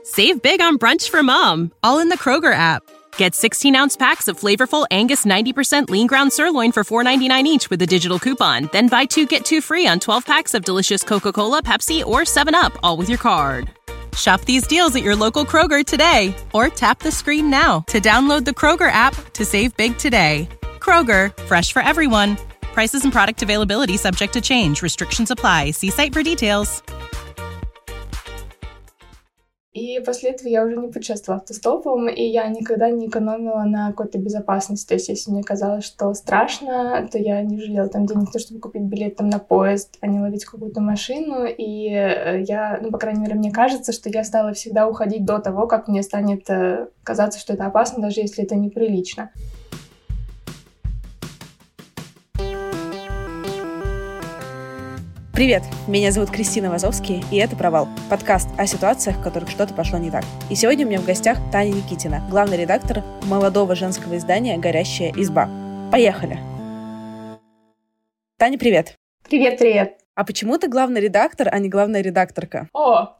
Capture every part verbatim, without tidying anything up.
Save big on brunch for mom, all in the Kroger app. Get sixteen-ounce packs of flavorful Angus ninety percent lean ground sirloin for four ninety-nine each with a digital coupon. Then buy two, get two free on twelve packs of delicious Coca-Cola, Pepsi, or seven up, all with your card. Shop these deals at your local Kroger today, or tap the screen now to download the Kroger app to save big today. Kroger, fresh for everyone. Prices and product availability subject to change. Restrictions apply. See site for details. И после этого я уже не путешествовала автостопом, и я никогда не экономила на какой-то безопасности. То есть, если мне казалось, что страшно, то я не жалела там денег на то, чтобы купить билет там, на поезд, а не ловить какую-то машину. И я, ну, по крайней мере, мне кажется, что я стала всегда уходить до того, как мне станет казаться, что это опасно, даже если это неприлично. Привет, меня зовут Кристина Вазовский, и это «Провал» — подкаст о ситуациях, в которых что-то пошло не так. И сегодня у меня в гостях Таня Никитина, главный редактор молодого женского издания «Горящая изба». Поехали! Таня, привет! Привет-привет! А почему ты главный редактор, а не главная редакторка? О,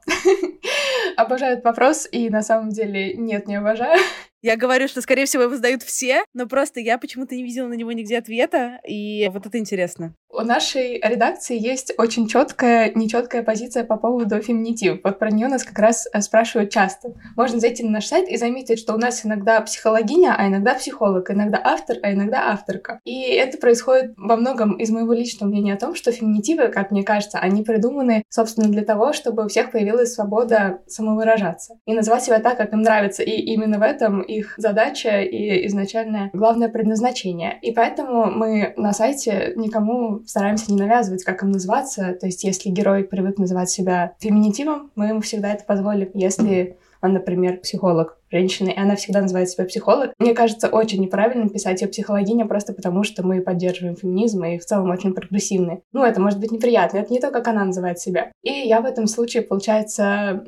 обожаю этот вопрос, и на самом деле нет, не обожаю. Я говорю, что, скорее всего, его задают все, но просто я почему-то не видела на него нигде ответа, и вот это интересно. У нашей редакции есть очень четкая, нечеткая позиция по поводу феминитива. Вот про нее нас как раз спрашивают часто. Можно зайти на наш сайт и заметить, что у нас иногда психологиня, а иногда психолог, иногда автор, а иногда авторка. И это происходит во многом из моего личного мнения о том, что феминитивы, как мне кажется, они придуманы, собственно, для того, чтобы у всех появилась свобода самовыражаться и называть себя так, как им нравится. И именно в этом их задача и изначальное главное предназначение. И поэтому мы на сайте никому стараемся не навязывать, как им называться. То есть, если герой привык называть себя феминитивом, мы ему всегда это позволим. Если он, например, психолог женщины, и она всегда называет себя психолог, мне кажется, очень неправильно писать ее психологиня просто потому, что мы поддерживаем феминизм и в целом очень прогрессивны. Ну, это может быть неприятно. Это не то, как она называет себя. И я в этом случае, получается,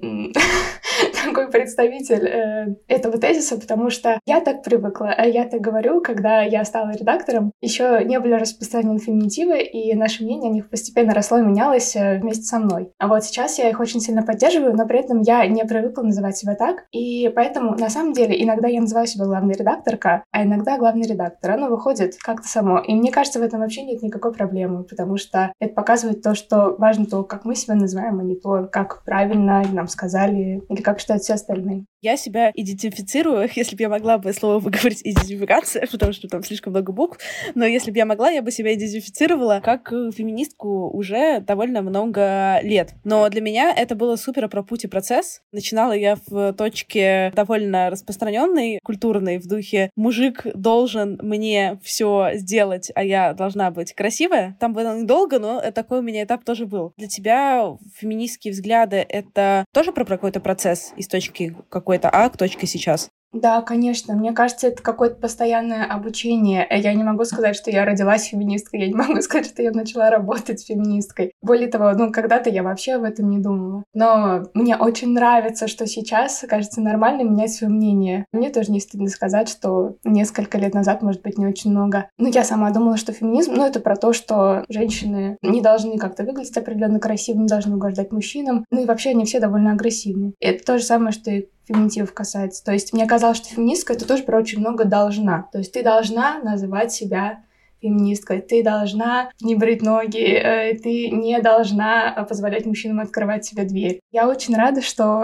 такой представитель э, этого тезиса, потому что я так привыкла, я так говорю, когда я стала редактором, еще не были распространены феминитивы, и наше мнение о них постепенно росло и менялось э, вместе со мной. А вот сейчас я их очень сильно поддерживаю, но при этом я не привыкла называть себя так, и поэтому, на самом деле, иногда я называю себя главной редакторка, а иногда главный редактор. Оно выходит как-то само, и мне кажется, в этом вообще нет никакой проблемы, потому что это показывает то, что важно то, как мы себя называем, а не то, как правильно нам сказали, или как считают все остальные. Я себя идентифицирую, если бы я могла бы слово выговорить идентификация, потому что там слишком много букв, но если бы я могла, я бы себя идентифицировала как феминистку уже довольно много лет. Но для меня это было супер про путь и процесс. Начинала я в точке довольно распространенной, культурной, в духе «мужик должен мне все сделать, а я должна быть красивая». Там было недолго, но такой у меня этап тоже был. Для тебя феминистские взгляды — это тоже про какой-то процесс из точки какой какой-то А к точке сейчас? Да, конечно. Мне кажется, это какое-то постоянное обучение. Я не могу сказать, что я родилась феминисткой, я не могу сказать, что я начала работать феминисткой. Более того, ну, когда-то я вообще об этом не думала. Но мне очень нравится, что сейчас, кажется, нормально менять свое мнение. Мне тоже не стыдно сказать, что несколько лет назад, может быть, не очень много. Ну, я сама думала, что феминизм, ну, это про то, что женщины не должны как-то выглядеть определенно красиво, не должны угождать мужчинам. Ну, и вообще они все довольно агрессивны. И это то же самое, что и феминитивов касается. То есть мне казалось, что феминистка — это тоже про очень много должна. То есть ты должна называть себя феминисткой, ты должна не брить ноги, э, ты не должна позволять мужчинам открывать себе дверь. Я очень рада, что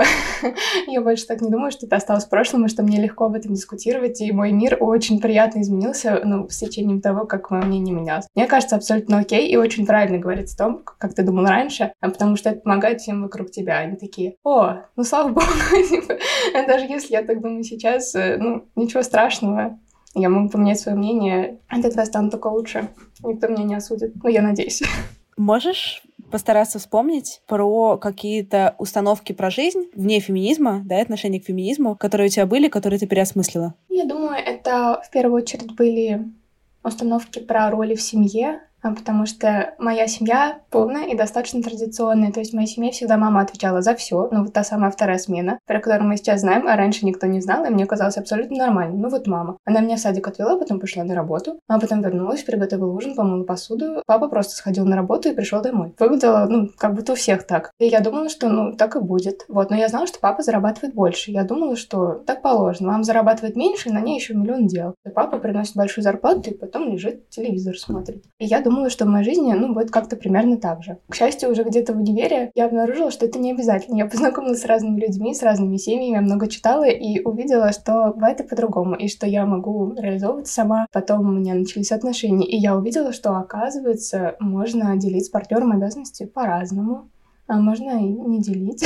я больше так не думаю, что это осталось в прошлом, и что мне легко об этом дискутировать, и мой мир очень приятно изменился, ну, с течением того, как мое мнение менялось. Мне кажется, абсолютно окей и очень правильно говорить о том, как ты думал раньше, потому что это помогает всем вокруг тебя. Они такие: о, ну, слава богу, даже если я так думаю сейчас, ну, ничего страшного. Я могу поменять свое мнение, а тогда стану только лучше. Никто меня не осудит. Ну, я надеюсь. Можешь постараться вспомнить про какие-то установки про жизнь вне феминизма, да, отношения к феминизму, которые у тебя были, которые ты переосмыслила? Я думаю, это в первую очередь были установки про роли в семье, А, Потому что моя семья полная и достаточно традиционная. То есть в моей семье всегда мама отвечала за все. Ну, вот та самая вторая смена, про которую мы сейчас знаем, а раньше никто не знал, и мне казалось абсолютно нормально. Ну, вот мама. Она меня в садик отвела, потом пошла на работу, а потом вернулась, приготовила ужин, помыла посуду. Папа просто сходил на работу и пришел домой. Выглядело, ну, как будто у всех так. И я думала, что, ну, так и будет. Вот. Но я знала, что папа зарабатывает больше. Я думала, что так положено. Мама зарабатывает меньше, и на ней еще миллион дел. И папа приносит большую зарплату, и потом лежит, телевизор смотрит. И я думала, что в моей жизни, ну, будет как-то примерно так же. К счастью, уже где-то в универе я обнаружила, что это не обязательно. Я познакомилась с разными людьми, с разными семьями, я много читала и увидела, что бывает и по-другому, и что я могу реализовываться сама. Потом у меня начались отношения, и я увидела, что, оказывается, можно делить с партнером обязанности по-разному, а можно и не делить.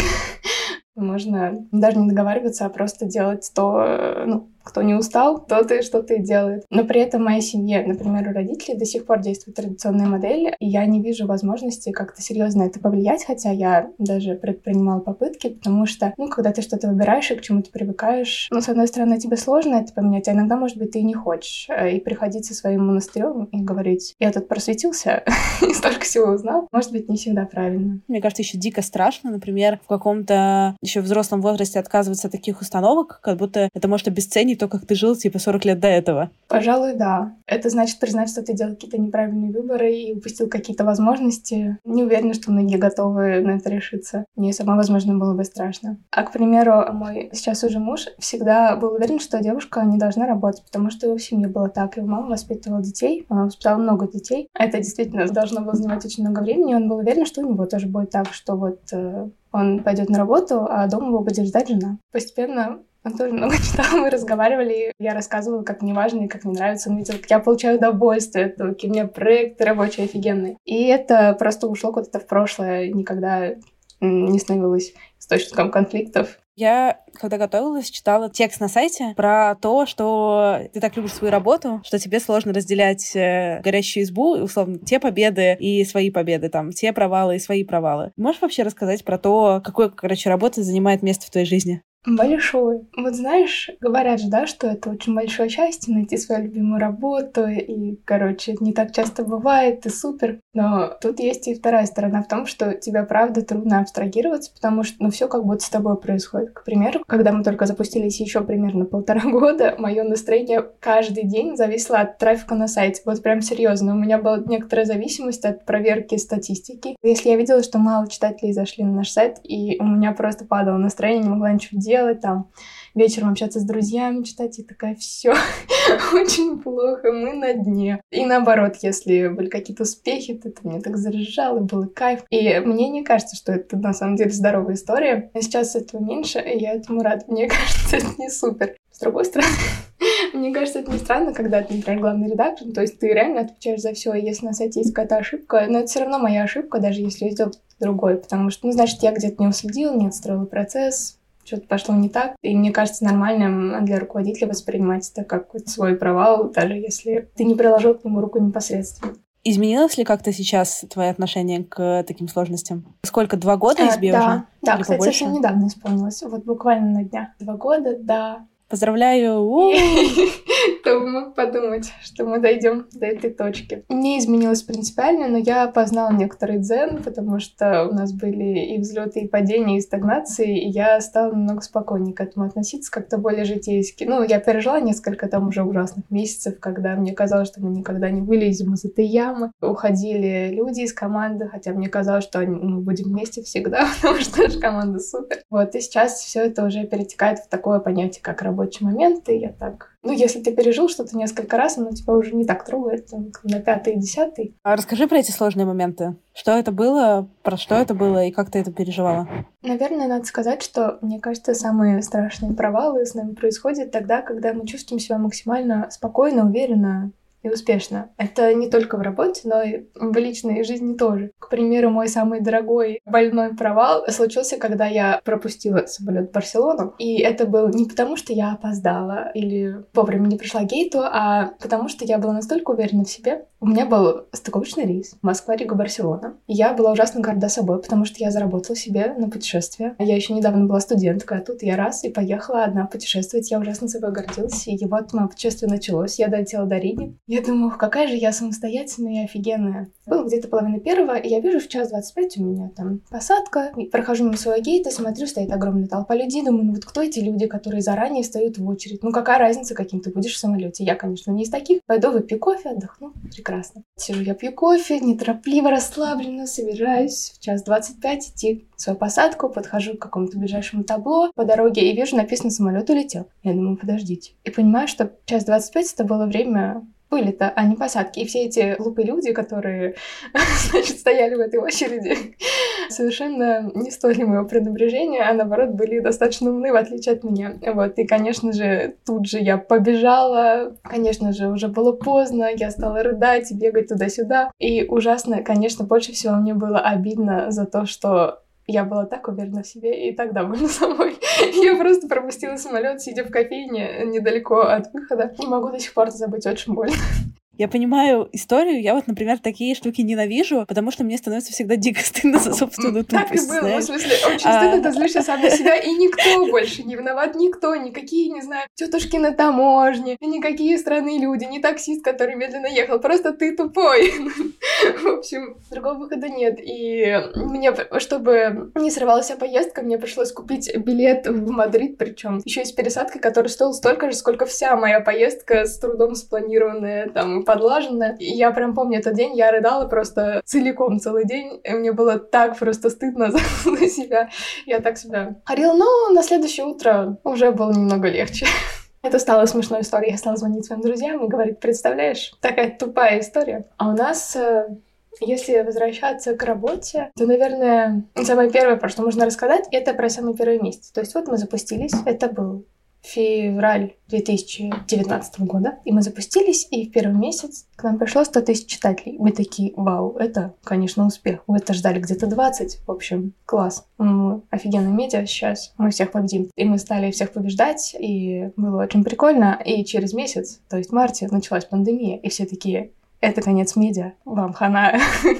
Можно даже не договариваться, а просто делать то, ну, кто не устал, тот и что-то и делает. Но при этом в моей семье, например, у родителей до сих пор действует традиционная модель, и я не вижу возможности как-то серьезно это повлиять, хотя я даже предпринимала попытки, потому что, ну, когда ты что-то выбираешь и к чему-то привыкаешь, ну, с одной стороны, тебе сложно это поменять, а иногда, может быть, ты и не хочешь. И приходить со своим монастырем и говорить: я тут просветился и столько всего узнал, может быть, не всегда правильно. Мне кажется, еще дико страшно, например, в каком-то еще взрослом возрасте отказываться от таких установок, как будто это может обесценить то, как ты жил, типа, сорок лет до этого. Пожалуй, да. Это значит признать, что ты делал какие-то неправильные выборы и упустил какие-то возможности. Не уверена, что многие готовы на это решиться. Мне сама, возможно, было бы страшно. А, к примеру, мой сейчас уже муж всегда был уверен, что девушка не должна работать, потому что его в семье было так. Его мама воспитывала детей, она воспитала много детей. Это действительно должно было занимать очень много времени. Он был уверен, что у него тоже будет так, что вот э, он пойдет на работу, а дома его будет ждать жена. Постепенно он тоже много читал, мы разговаривали, я рассказывала, как мне важно и как мне нравится. Он видел, как я получаю удовольствие от этого, какие у меня проекты рабочие офигенные. И это просто ушло куда-то в прошлое, никогда не становилось источником конфликтов. Я, когда готовилась, читала текст на сайте про то, что ты так любишь свою работу, что тебе сложно разделять э, горящую избу, условно, те победы и свои победы, там, те провалы и свои провалы. Можешь вообще рассказать про то, какой, короче, работа занимает место в твоей жизни? Большой. Вот знаешь, говорят же, да, что это очень большое счастье найти свою любимую работу, и, короче, это не так часто бывает, и супер. Но тут есть и вторая сторона в том, что тебе, правда, трудно абстрагироваться, потому что, ну, все как будто с тобой происходит. К примеру, когда мы только запустились еще примерно полтора года, мое настроение каждый день зависело от трафика на сайте. Вот прям серьезно. У меня была некоторая зависимость от проверки статистики. Если я видела, что мало читателей зашли на наш сайт, и у меня просто падало настроение, не могла ничего делать, делать, там, вечером общаться с друзьями, читать, и такая: все очень плохо, мы на дне. И наоборот, если были какие-то успехи, то это меня так заряжало, было кайф. И мне не кажется, что это на самом деле здоровая история. А сейчас этого меньше, и я этому рада. Мне кажется, это не супер. С другой стороны, мне кажется, это не странно, когда ты, например, главный редактор, то есть ты реально отвечаешь за все, и если на сайте есть какая-то ошибка, но это все равно моя ошибка, даже если я сделал кто-то другой, потому что, ну, значит, я где-то не уследила, не отстроила процесс, что-то пошло не так. И мне кажется нормальным для руководителя воспринимать это как свой провал, даже если ты не приложил к нему руку непосредственно. Изменилось ли как-то сейчас твое отношение к таким сложностстям? Сколько, два года а, тебе да, уже? Да, Или кстати, побольше? совсем недавно исполнилось. Вот буквально на днях. Два года, да. Поздравляю! Кто бы мог подумать, что мы дойдем до этой точки. Не изменилось принципиально, но я познала некоторый дзен, потому что у нас были и взлеты, и падения, и стагнации, и я стала немного спокойнее к этому относиться, как-то более житейски. Ну, я пережила несколько там уже ужасных месяцев, когда мне казалось, что мы никогда не вылезем из этой ямы. Уходили люди из команды, хотя мне казалось, что мы будем вместе всегда, потому что наша команда супер. Вот, и сейчас все это уже перетекает в такое понятие, как рабочий момент, и я так... Ну, если ты пережил что-то несколько раз, оно тебя уже не так трогает, там, на пятый и десятый. А расскажи про эти сложные моменты. Что это было, про что это было и как ты это переживала? Наверное, надо сказать, что, мне кажется, самые страшные провалы с нами происходят тогда, когда мы чувствуем себя максимально спокойно, уверенно и успешно. Это не только в работе, но и в личной жизни тоже. К примеру, мой самый дорогой больной провал случился, когда я пропустила самолет в Барселону. И это было не потому, что я опоздала или вовремя не пришла к гейту, а потому что я была настолько уверена в себе, У меня был стыковочный рейс Москва-Рига-Барселона. Я была ужасно горда собой, потому что я заработала себе на путешествие. Я еще недавно была студенткой, а тут я раз и поехала одна путешествовать. Я ужасно собой гордилась, и вот мое путешествие началось. Я долетела до Риги. Я думаю, какая же я самостоятельная и офигенная. Было где-то половина первого, и я вижу в час двадцать пять у меня там посадка. И прохожу мимо своего гейта, смотрю, стоит огромная толпа людей. Думаю, ну вот кто эти люди, которые заранее встают в очередь? Ну какая разница, каким ты будешь в самолете? Я, конечно, не из таких. Пойду выпью кофе, отдохну. Прекрасно. Сижу, я пью кофе, неторопливо, расслабленно, собираюсь в час двадцать пять идти в свою посадку, подхожу к какому-то ближайшему табло по дороге и вижу, написано «самолет улетел». Я думаю, подождите. И понимаю, что час двадцать пять это было время вылета, а не посадки. И все эти глупые люди, которые, значит, стояли в этой очереди, совершенно не стоили моего пренебрежения, а наоборот были достаточно умны, в отличие от меня. Вот. И, конечно же, тут же я побежала. Конечно же, уже было поздно. Я стала рыдать и бегать туда-сюда. И ужасно, конечно, больше всего мне было обидно за то, что я была так уверена в себе и так довольна собой. Я просто пропустила самолет, сидя в кофейне недалеко от выхода. Не могу до сих пор забыть, очень больно. Я понимаю историю. Я вот, например, такие штуки ненавижу, потому что мне становится всегда дико стыдно за собственную тупость. Так и было. Знаешь? В смысле, очень стыдно, ты злишься сам на себя, и никто больше не виноват, никто, никакие, не знаю, тетушки на таможне, никакие странные люди, не таксист, который медленно ехал, просто ты тупой. В общем, другого выхода нет. И мне, чтобы не срывалась вся поездка, мне пришлось купить билет в Мадрид, причем еще и с пересадкой, который стоил столько же, сколько вся моя поездка, с трудом спланированная, там, подлаженная. И я прям помню этот день, я рыдала просто целиком целый день, и мне было так просто стыдно за, за себя. Я так себя корила, но на следующее утро уже было немного легче. Это стало смешной историей. Я стала звонить своим друзьям и говорить, представляешь, такая тупая история. А у нас, если возвращаться к работе, то, наверное, самое первое, про что можно рассказать, это про самый первый месяц. То есть вот мы запустились, это был февраль две тысячи девятнадцатого года, и мы запустились, и в первый месяц к нам пришло сто тысяч читателей. Мы такие, вау, это, конечно, успех. Вы это ждали где-то двадцать, в общем, класс. Мы офигенная медиа сейчас, мы всех победим. И мы стали всех побеждать, и было очень прикольно. И через месяц, то есть в марте, началась пандемия, и все такие, это конец медиа, вам хана.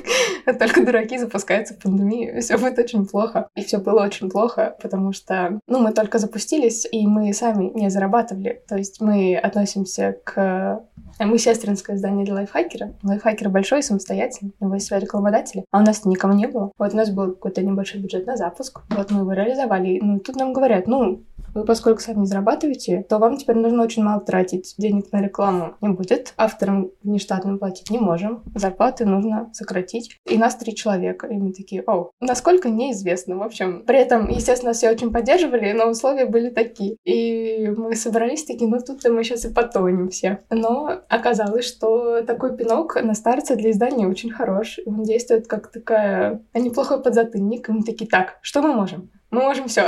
Только дураки запускаются в пандемию, все будет очень плохо. И все было очень плохо, потому что, ну, мы только запустились, и мы сами не зарабатывали. То есть мы относимся к... Мы сестринское издание для лайфхакера. Лайфхакер большой, самостоятельный, у него есть свои рекламодатели, а у нас-то никого не было. Вот у нас был какой-то небольшой бюджет на запуск, вот мы его реализовали. Ну, тут нам говорят, ну, вы, поскольку сами не зарабатываете, то вам теперь нужно очень мало тратить. Денег на рекламу не будет. Авторам внештатным платить не можем. Зарплаты нужно сократить. И нас три человека. И мы такие, о, насколько неизвестно. В общем, при этом, естественно, все очень поддерживали, но условия были такие. И мы собрались такие, ну тут-то мы сейчас и потонем все. Но оказалось, что такой пинок на старте для издания очень хорош. Он действует как такая неплохой подзатыльник. И мы такие, так, что мы можем? Мы можем все.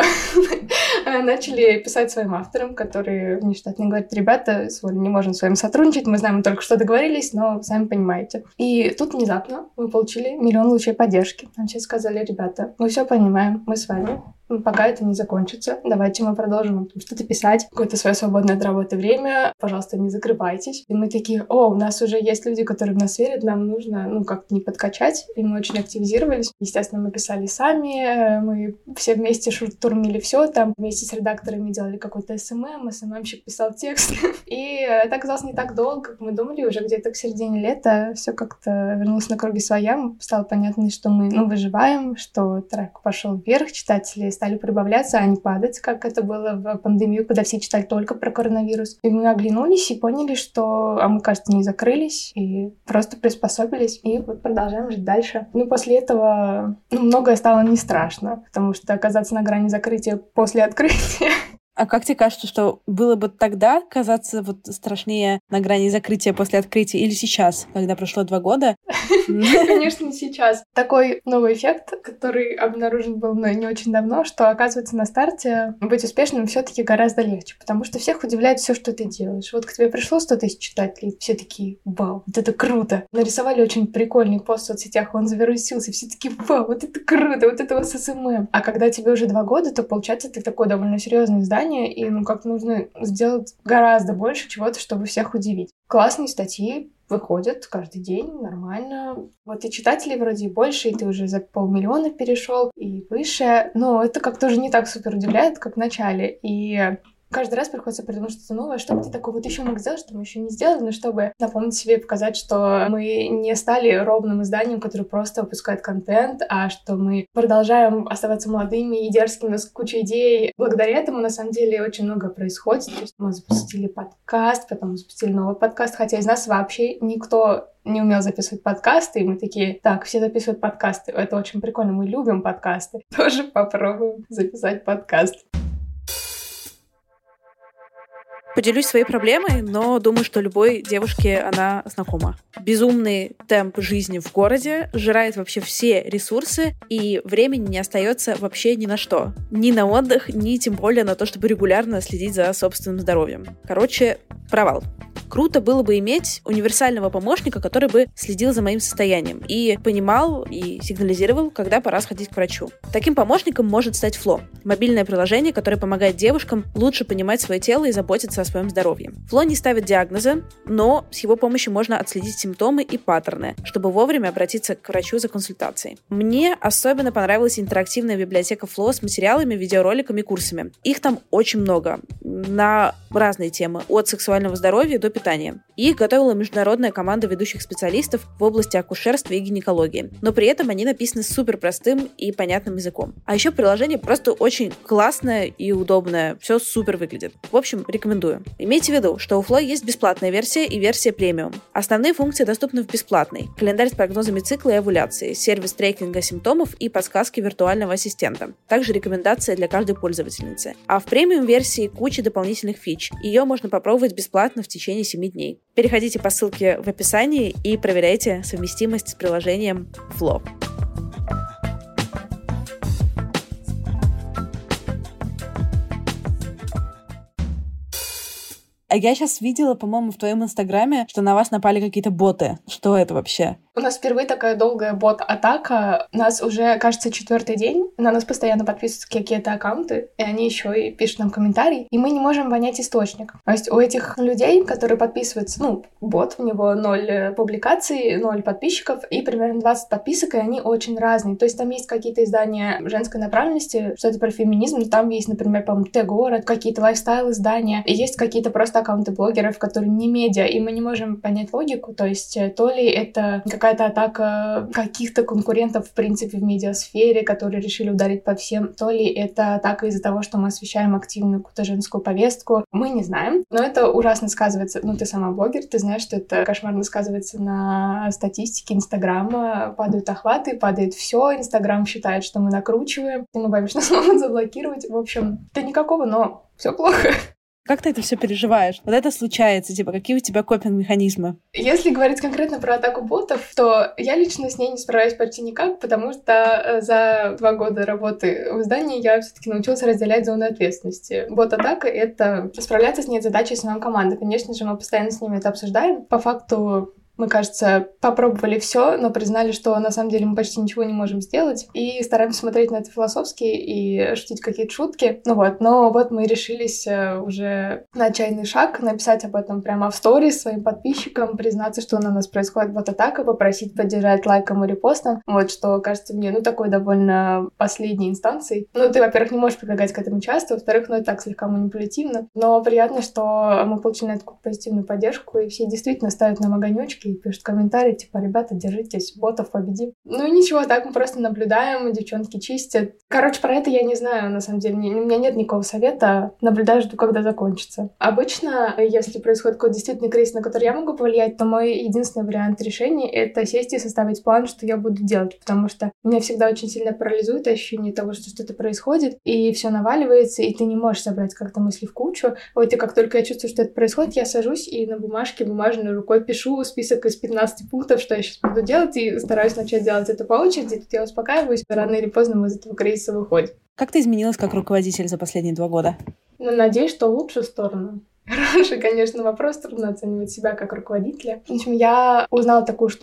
Начали писать своим авторам, которые внештатно говорят, ребята, с вами не можем с вами сотрудничать, мы знаем, мы только что договорились, но сами понимаете. И тут внезапно мы получили миллион лучей поддержки. Нам все сказали, ребята, мы все понимаем, мы с вами. Пока это не закончится, давайте мы продолжим что-то писать, какое-то свое свободное от работы время, пожалуйста, не закрывайтесь. И мы такие, о, у нас уже есть люди, которые в нас верят, нам нужно, ну, как-то не подкачать, и мы очень активизировались. Естественно, мы писали сами, мы все вместе штурмили все, там вместе с редакторами делали какой-то эс эм эм, эс эм эм-щик писал текст. И это оказалось не так долго, как мы думали, уже где-то к середине лета все как-то вернулось на круги своя, стало понятно, что мы, ну, выживаем, что трек пошел вверх, читатели стали прибавляться, а не падать, как это было в пандемию, когда все читали только про коронавирус. И мы оглянулись и поняли, что, а мы, кажется, не закрылись и просто приспособились, и вот продолжаем жить дальше. Ну, после этого, ну, многое стало не страшно, потому что оказаться на грани закрытия после открытия. А как тебе кажется, что было бы тогда казаться вот страшнее на грани закрытия после открытия или сейчас, когда прошло два года? Конечно, не сейчас. Такой новый эффект, который обнаружен был мной не очень давно, что, оказывается, на старте быть успешным все-таки гораздо легче, потому что всех удивляет все, что ты делаешь. Вот к тебе пришло сто тысяч читателей, все такие, вау, вот это круто. Нарисовали очень прикольный пост в соцсетях, он завирусился, все такие, вау, вот это круто, вот это эс эм эм. А когда тебе уже два года, то, получается, ты такой довольно серьезный издание, и, ну, как нужно сделать гораздо больше чего-то, чтобы всех удивить. Классные статьи, выходят каждый день, нормально. Вот и читателей вроде и больше, и ты уже за полмиллиона перешел, и выше. Но это как-то уже не так супер удивляет, как в начале. И каждый раз приходится придумать что-то новое, что бы ты такое вот еще мог сделать, что мы еще не сделали, но чтобы напомнить себе и показать, что мы не стали ровным изданием, которое просто выпускает контент, а что мы продолжаем оставаться молодыми и дерзкими, у нас куча идей. Благодаря этому, на самом деле, очень много происходит. То есть мы запустили подкаст, потом запустили новый подкаст, хотя из нас вообще никто не умел записывать подкасты, и мы такие, так, все записывают подкасты, это очень прикольно, мы любим подкасты, тоже попробуем записать подкаст. Поделюсь своей проблемой, но думаю, что любой девушке она знакома. Безумный темп жизни в городе сжирает вообще все ресурсы, и времени не остается вообще ни на что. Ни на отдых, ни тем более на то, чтобы регулярно следить за собственным здоровьем. Короче, провал. Круто было бы иметь универсального помощника, который бы следил за моим состоянием и понимал и сигнализировал, когда пора сходить к врачу. Таким помощником может стать Фло — мобильное приложение, которое помогает девушкам лучше понимать свое тело и заботиться о своем здоровье. Фло не ставит диагнозы, но с его помощью можно отследить симптомы и паттерны, чтобы вовремя обратиться к врачу за консультацией. Мне особенно понравилась интерактивная библиотека Фло с материалами, видеороликами, курсами. Их там очень много, на разные темы, от сексуального здоровья до питания. Их готовила международная команда ведущих специалистов в области акушерства и гинекологии, но при этом они написаны супер простым и понятным языком. А еще приложение просто очень классное и удобное, все супер выглядит. В общем, рекомендую. Имейте в виду, что у Фло есть бесплатная версия и версия премиум. Основные функции доступны в бесплатной: календарь с прогнозами цикла и овуляции, сервис трекинга симптомов и подсказки виртуального ассистента. Также рекомендация для каждой пользовательницы. А в премиум версии куча дополнительных фич. Ее можно попробовать бесплатно в течение семи дней. Переходите по ссылке в описании и проверяйте совместимость с приложением Фло. А я сейчас видела, по-моему, в твоем инстаграме, что на вас напали какие-то боты. Что это вообще? У нас впервые такая долгая бот-атака. У нас уже, кажется, четвертый день. На нас постоянно подписываются какие-то аккаунты, и они еще и пишут нам комментарии, и мы не можем понять источник. То есть у этих людей, которые подписываются, ну, бот, у него ноль публикаций, ноль подписчиков, и примерно двадцать подписок, и они очень разные. То есть там есть какие-то издания женской направленности, что-то про феминизм, но там есть, например, по-моему, Т-город, какие-то лайфстайл-издания, и есть какие-то просто аккаунты блогеров, которые не медиа, и мы не можем понять логику. То есть то ли это какая-то атака каких-то конкурентов, в принципе, в медиасфере, которые решили ударить по всем, то ли это атака из-за того, что мы освещаем активную какую-то женскую повестку. Мы не знаем, но это ужасно сказывается. Ну, ты сама блогер, ты знаешь, что это кошмарно сказывается на статистике Инстаграма. Падают охваты, падает все. Инстаграм считает, что мы накручиваем, и мы боимся, что нас могут заблокировать. В общем, да никакого, но все плохо. Как ты это все переживаешь? Вот это случается, типа, какие у тебя копинг-механизмы? Если говорить конкретно про атаку ботов, то я лично с ней не справляюсь почти никак, потому что за два года работы в издании я все-таки научилась разделять зоны ответственности. Бот-атака — это справляться с ней задачей своей команды. Конечно же, мы постоянно с ними это обсуждаем. По факту мы, кажется, попробовали все, но признали, что на самом деле мы почти ничего не можем сделать, и стараемся смотреть на это философски и шутить какие-то шутки. Ну вот, но вот мы решились уже на отчаянный шаг, написать об этом прямо в сторис своим подписчикам, признаться, что на нас происходит бот-атака, попросить поддержать лайком и репостом. Вот, что кажется мне, ну, такой довольно последней инстанцией. Ну, ты, во-первых, не можешь прибегать к этому часто, во-вторых, ну, это так слегка манипулятивно, но приятно, что мы получили на такую позитивную поддержку, и все действительно ставят нам огонёчки и пишут комментарии, типа, ребята, держитесь, ботов победим. Ну и ничего, так мы просто наблюдаем, девчонки чистят. Короче, про это я не знаю, на самом деле. У меня нет никакого совета. Наблюдаю, жду, когда закончится. Обычно, если происходит какой-то действительно кризис, на который я могу повлиять, то мой единственный вариант решения — это сесть и составить план, что я буду делать, потому что меня всегда очень сильно парализует ощущение того, что что-то происходит, и все наваливается, и ты не можешь собрать как-то мысли в кучу. Вот и как только я чувствую, что это происходит, я сажусь и на бумажке бумажной рукой пишу список из пятнадцати пунктов, что я сейчас буду делать, и стараюсь начать делать это по очереди. Тут я успокаиваюсь, рано или поздно мы из этого кризиса выходим. Как ты изменилась как руководитель за последние два года? Ну, надеюсь, что в лучшую сторону. Хороший, конечно, вопрос, трудно оценивать себя как руководителя. В общем, я узнала такую штуку,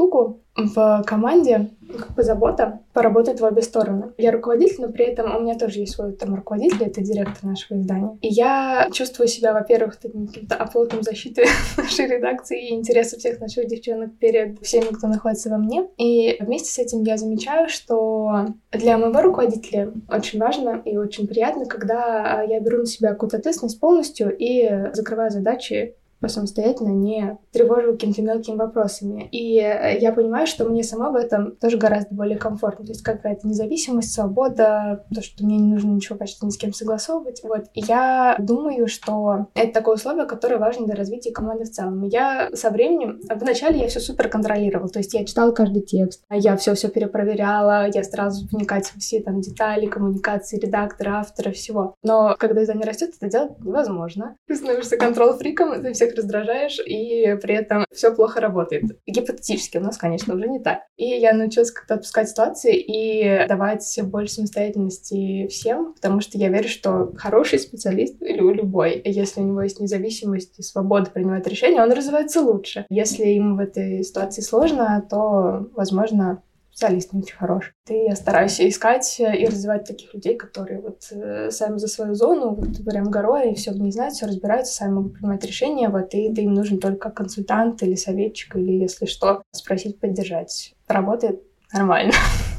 в команде как бы забота поработает в обе стороны. Я руководитель, но при этом у меня тоже есть свой там руководитель, это директор нашего издания. И я чувствую себя, во-первых, таким каким-то оплотом защиты нашей редакции и интереса всех наших девчонок перед всеми, кто находится во мне. И вместе с этим я замечаю, что для моего руководителя очень важно и очень приятно, когда я беру на себя какую-то ответственность полностью и закрываю задачи самостоятельно, не тревожу какими-то мелкими вопросами. И я понимаю, что мне сама в этом тоже гораздо более комфортно. То есть какая-то независимость, свобода, то, что мне не нужно ничего почти ни с кем согласовывать. Вот. И я думаю, что это такое условие, которое важно для развития команды в целом. И я со временем... Вначале я все супер контролировала. То есть я читала каждый текст, я все-все перепроверяла, я старалась вникать во все там детали, коммуникации редактора, автора, всего. Но когда издание растет, это делать невозможно. Ты становишься контрол-фриком, ты всех раздражаешь, и при этом все плохо работает. Гипотетически у нас, конечно, уже не так. И я научилась как-то отпускать ситуации и давать больше самостоятельности всем, потому что я верю, что хороший специалист, или любой, если у него есть независимость и свобода принимать решения, он развивается лучше. Если ему в этой ситуации сложно, то, возможно, специалист не очень хорош. И я стараюсь искать и развивать таких людей, которые вот э, сами за свою зону, вот прям горой, и все в ней знают, все разбираются, сами могут принимать решения, вот, и ты им нужен только консультант или советчик, или, если что, спросить, поддержать. Работает нормально.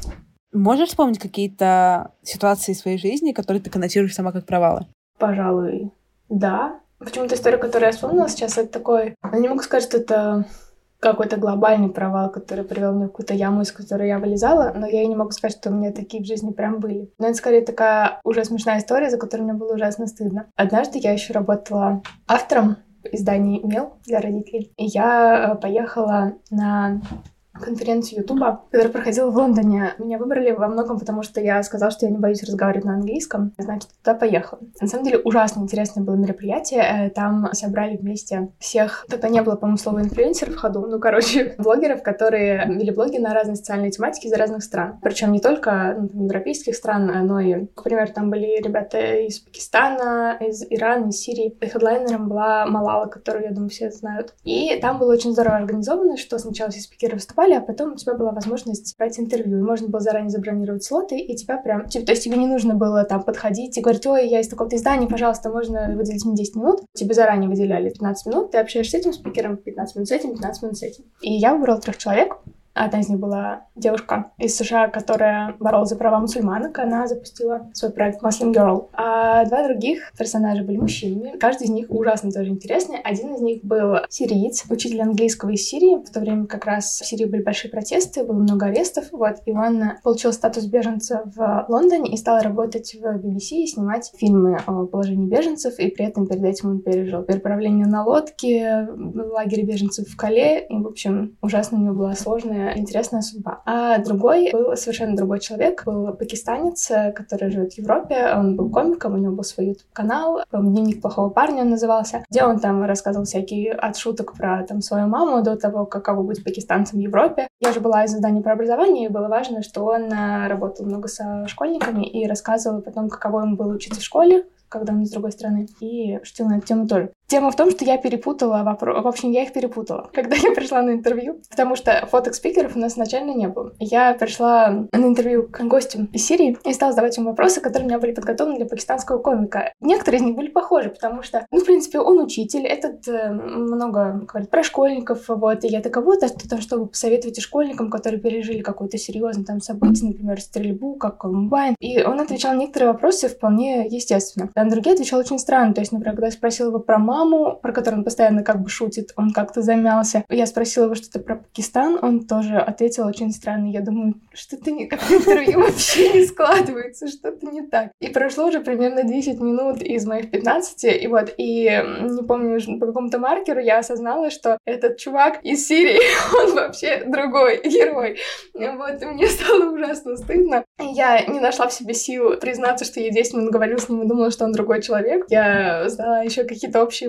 Можешь вспомнить какие-то ситуации в своей жизни, которые ты коннотируешь сама как провалы? Пожалуй, да. Почему-то история, которую я вспомнила сейчас, это такой... Я не могу сказать, что это какой-то глобальный провал, который привел меня в какую-то яму, из которой я вылезала, но я и не могу сказать, что у меня такие в жизни прям были. Но это скорее такая уже смешная история, за которую мне было ужасно стыдно. Однажды я еще работала автором в издании «Мел» для родителей, и я поехала на конференцию Ютуба, которая проходила в Лондоне. Меня выбрали во многом, потому что я сказала, что я не боюсь разговаривать на английском. Значит, туда поехала. На самом деле, ужасно интересное было мероприятие. Там собрали вместе всех... Тогда не было, по-моему, слова инфлюенсер в ходу. Ну, короче, блогеров, которые вели блоги на разные социальные тематики из разных стран. Причем не только ну, европейских стран, но и, к примеру, там были ребята из Пакистана, из Ирана, из Сирии. И хедлайнером была Малала, которую, я думаю, все знают. И там было очень здорово организовано, что сначала все спикеры выступали, а потом у тебя была возможность брать интервью, и можно было заранее забронировать слоты, и тебя прям... Типа, то есть тебе не нужно было там подходить и говорить: ой, я из такого-то издания, пожалуйста, можно выделить мне десять минут. Тебе заранее выделяли пятнадцать минут, ты общаешься с этим спикером, пятнадцать минут с этим, пятнадцать минут с этим. И я выбрала трех человек. Одна из них была девушка из США, которая боролась за права мусульманок. Она запустила свой проект Muslim Girl. А два других персонажа были мужчинами. Каждый из них ужасно тоже интересный. Один из них был сириец, учитель английского из Сирии. В то время как раз в Сирии были большие протесты, было много арестов. Вот. И он получил статус беженца в Лондоне и стал работать в би би си и снимать фильмы о положении беженцев. И при этом перед этим он пережил переправление на лодке в лагере беженцев в Кале. И, в общем, ужасно у него была сложная интересная судьба. А другой был совершенно другой человек, был пакистанец, который живет в Европе, он был комиком, у него был свой YouTube-канал, «Дневник плохого парня» он назывался, где он там рассказывал всякие от шуток про там свою маму до того, каково быть пакистанцем в Европе. Я же была из издания про образование, и было важно, что он работал много со школьниками и рассказывал потом, каково ему было учиться в школе, когда он с другой стороны, и шутил на эту тему тоже. Тема в том, что я перепутала вопросы. В общем, я их перепутала, когда я пришла на интервью, потому что фоток спикеров у нас изначально не было. Я пришла на интервью к гостям из Сирии и стала задавать им вопросы, которые у меня были подготовлены для пакистанского комика. Некоторые из них были похожи, потому что, ну, в принципе, он учитель, этот э, много говорит про школьников, вот, и я такая: вот, а что там, что вы посоветуете школьникам, которые пережили какое-то серьезное там событие, например, стрельбу, как Колумбайн. И он отвечал на некоторые вопросы вполне естественно. А на другие отвечал очень странно. То есть, например, когда я спросила его про маму, про которую он постоянно как бы шутит, он как-то замялся. Я спросила его что-то про Пакистан, он тоже ответил очень странно. Я думаю, что-то не... как-то интервью вообще не складывается, что-то не так. И прошло уже примерно десять минут из моих пятнадцати, и вот, и не помню, по какому-то маркеру я осознала, что этот чувак из Сирии, он вообще другой герой. Вот, и мне стало ужасно стыдно. Я не нашла в себе сил признаться, что я десять минут говорила с ним и думала, что он другой человек. Я задала еще какие-то общие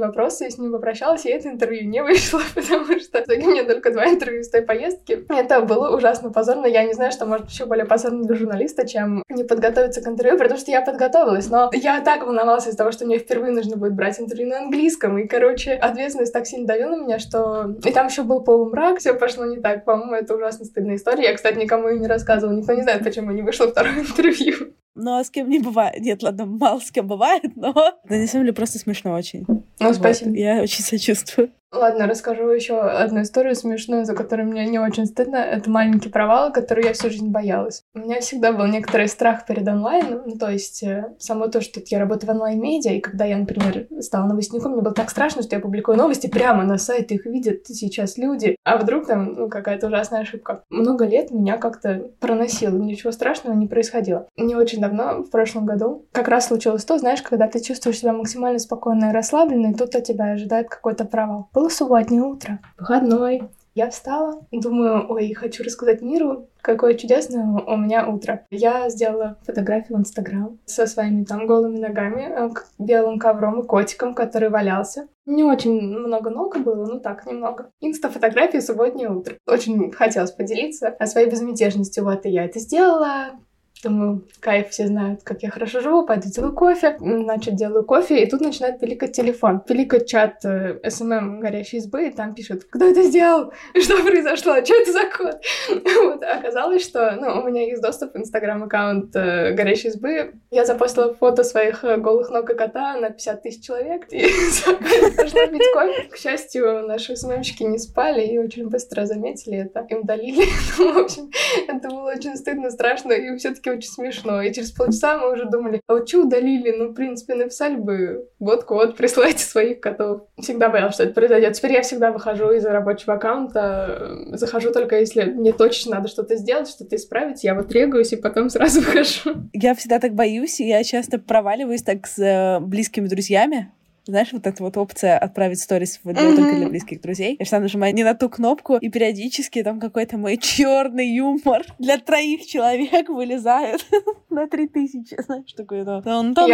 вопросы, с ним попрощалась, и это интервью не вышло, потому что в итоге мне только два интервью с той поездки. Это было ужасно позорно. Я не знаю, что может еще более позорно для журналиста, чем не подготовиться к интервью, потому что я подготовилась, но я так волновалась из-за того, что мне впервые нужно будет брать интервью на английском, и, короче, ответственность так сильно давила на меня, что... И там еще был полумрак, все пошло не так. По-моему, это ужасно стыдная история. Я, кстати, никому ее не рассказывала, никто не знает, почему не вышло второе интервью. Ну, а с кем не бывает. Нет, ладно, мало с кем бывает, но... Да, на самом деле, просто смешно очень. Ну, вот. спасибо. Я очень сочувствую. Ладно, расскажу еще одну историю смешную, за которую мне не очень стыдно. Это маленький провал, который я всю жизнь боялась. У меня всегда был некоторый страх перед онлайном. Ну, то есть э, само то, что я работаю в онлайн-медиа, и когда я, например, стала новостником, мне было так страшно, что я публикую новости прямо на сайте, их видят сейчас люди. А вдруг там ну, какая-то ужасная ошибка. Много лет меня как-то проносило, ничего страшного не происходило. Не очень давно, в прошлом году, как раз случилось то, знаешь, когда ты чувствуешь себя максимально спокойно и расслабленно, и тут от тебя ожидает какой-то провал. Было субботнее утро, выходной. Я встала, думаю, ой, хочу рассказать миру, какое чудесное у меня утро. Я сделала фотографию в Инстаграм со своими там голыми ногами, белым ковром и котиком, который валялся. Не очень много ног было, ну так, немного. Инста-фотография субботнее утро. Очень хотелось поделиться о своей безмятежности. Вот, и я это сделала. Думаю, кайф, все знают, как я хорошо живу, пойду делаю кофе. Значит, делаю кофе, и тут начинает пиликать телефон. Пиликает чат э, эс эм эм горящей избы, и там пишут, кто это сделал? Что произошло? Что это за код? Вот, оказалось, что ну, у меня есть доступ в инстаграм-аккаунт э, горящей избы. Я запостила фото своих э, голых ног и кота на пятьдесят тысяч человек, и пошла пить кофе. К счастью, наши эс эм эм-щики не спали и очень быстро заметили это. Им удалили. В общем, это было очень стыдно, страшно, и все-таки очень смешно. И через полчаса мы уже думали, а вот что удалили? Ну, в принципе, написали бы вот код, присылайте своих котов. Всегда боялась, что это произойдет. Теперь я всегда выхожу из рабочего аккаунта, захожу только если мне точно надо что-то сделать, что-то исправить, я вот регаюсь и потом сразу выхожу. Я всегда так боюсь, и я часто проваливаюсь так с близкими друзьями. Знаешь, вот эта вот опция отправить сторис mm-hmm. только для близких друзей. Я всегда нажимаю не на ту кнопку, и периодически там какой-то мой черный юмор для троих человек вылезает на три тысячи. Знаешь, такое, да.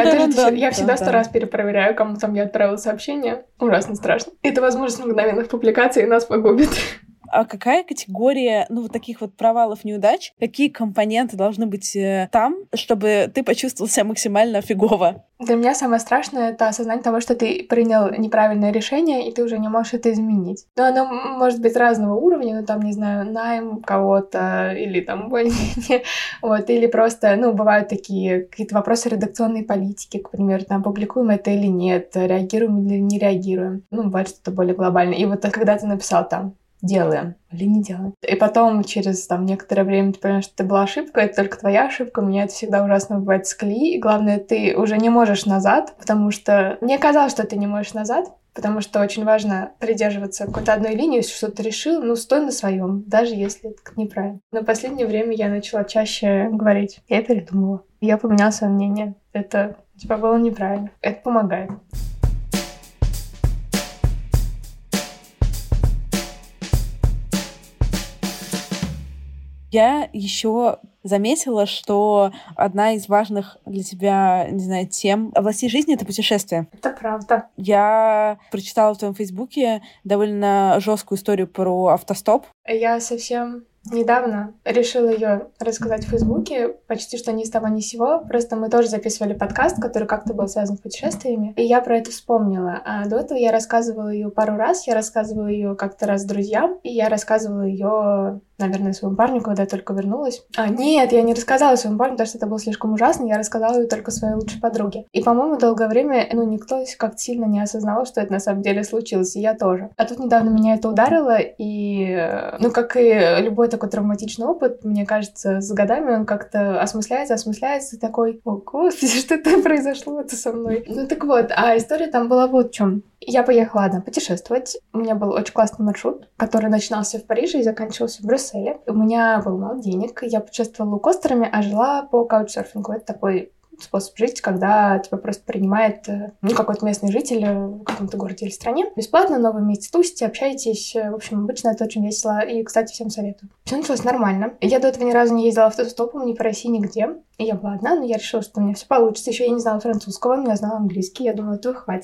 Я всегда сто раз перепроверяю, кому там я отправила сообщение. Ужасно страшно. Это возможность мгновенных публикаций нас погубит. А какая категория, ну, вот таких вот провалов, неудач, какие компоненты должны быть э, там, чтобы ты почувствовал себя максимально фигово? Для меня самое страшное — это осознание того, что ты принял неправильное решение, и ты уже не можешь это изменить. Но оно может быть разного уровня, ну, там, не знаю, найм кого-то, или там увольнение, вот, или просто, ну, бывают такие какие-то вопросы редакционной политики, к примеру, там, публикуем это или нет, реагируем или не реагируем. Ну, бывает что-то более глобальное. И вот когда ты написал там, делаем или не делаем. И потом через там некоторое время ты понимаешь, что это была ошибка, это только твоя ошибка. Меня это всегда ужасно бывает с колеи. И главное, ты уже не можешь назад, потому что мне казалось, что ты не можешь назад, потому что очень важно придерживаться какой-то одной линии. Если что-то решил, ну, стой на своем, даже если это неправильно. Но в последнее время я начала чаще говорить. Я передумала. Я поменяла свое мнение. Это, типа, было неправильно. Это помогает. Я еще заметила, что одна из важных для тебя, не знаю, тем областей жизни — это путешествие. Это правда. Я прочитала в твоем Фейсбуке довольно жесткую историю про автостоп. Я совсем недавно решила ее рассказать в Фейсбуке, почти что ни с того ни с сего. Просто мы тоже записывали подкаст, который как-то был связан с путешествиями, и я про это вспомнила. А до этого я рассказывала ее пару раз, я рассказывала ее как-то раз друзьям, и я рассказывала ее, наверное, своему парню, когда я только вернулась. А, нет, я не рассказала своему парню, потому что это было слишком ужасно, я рассказала ее только своей лучшей подруге. И, по-моему, долгое время, ну, никто как-то сильно не осознавал, что это на самом деле случилось, и я тоже. А тут недавно меня это ударило, и, ну, как и любой такой травматичный опыт, мне кажется, с годами он как-то осмысляется, осмысляется, такой, о, господи, что это произошло это со мной? Ну, так вот, а история там была вот в чем. Я поехала одна путешествовать. У меня был очень классный маршрут, который начинался в Париже и заканчивался в Брюсселе. У меня было мало денег, я путешествовала лоукостерами, а жила по каучсерфингу. Это такой способ жить, когда тебя просто принимает ну, какой-то местный житель в каком-то городе или стране. Бесплатно, но вы вместе тусите, общаетесь. В общем, обычно это очень весело. И, кстати, всем советую. Все началось нормально. Я до этого ни разу не ездила автостопом, ни по России, нигде. И я была одна, но я решила, что у меня все получится. Еще я не знала французского, но я знала английский. Я думала, этого хватит.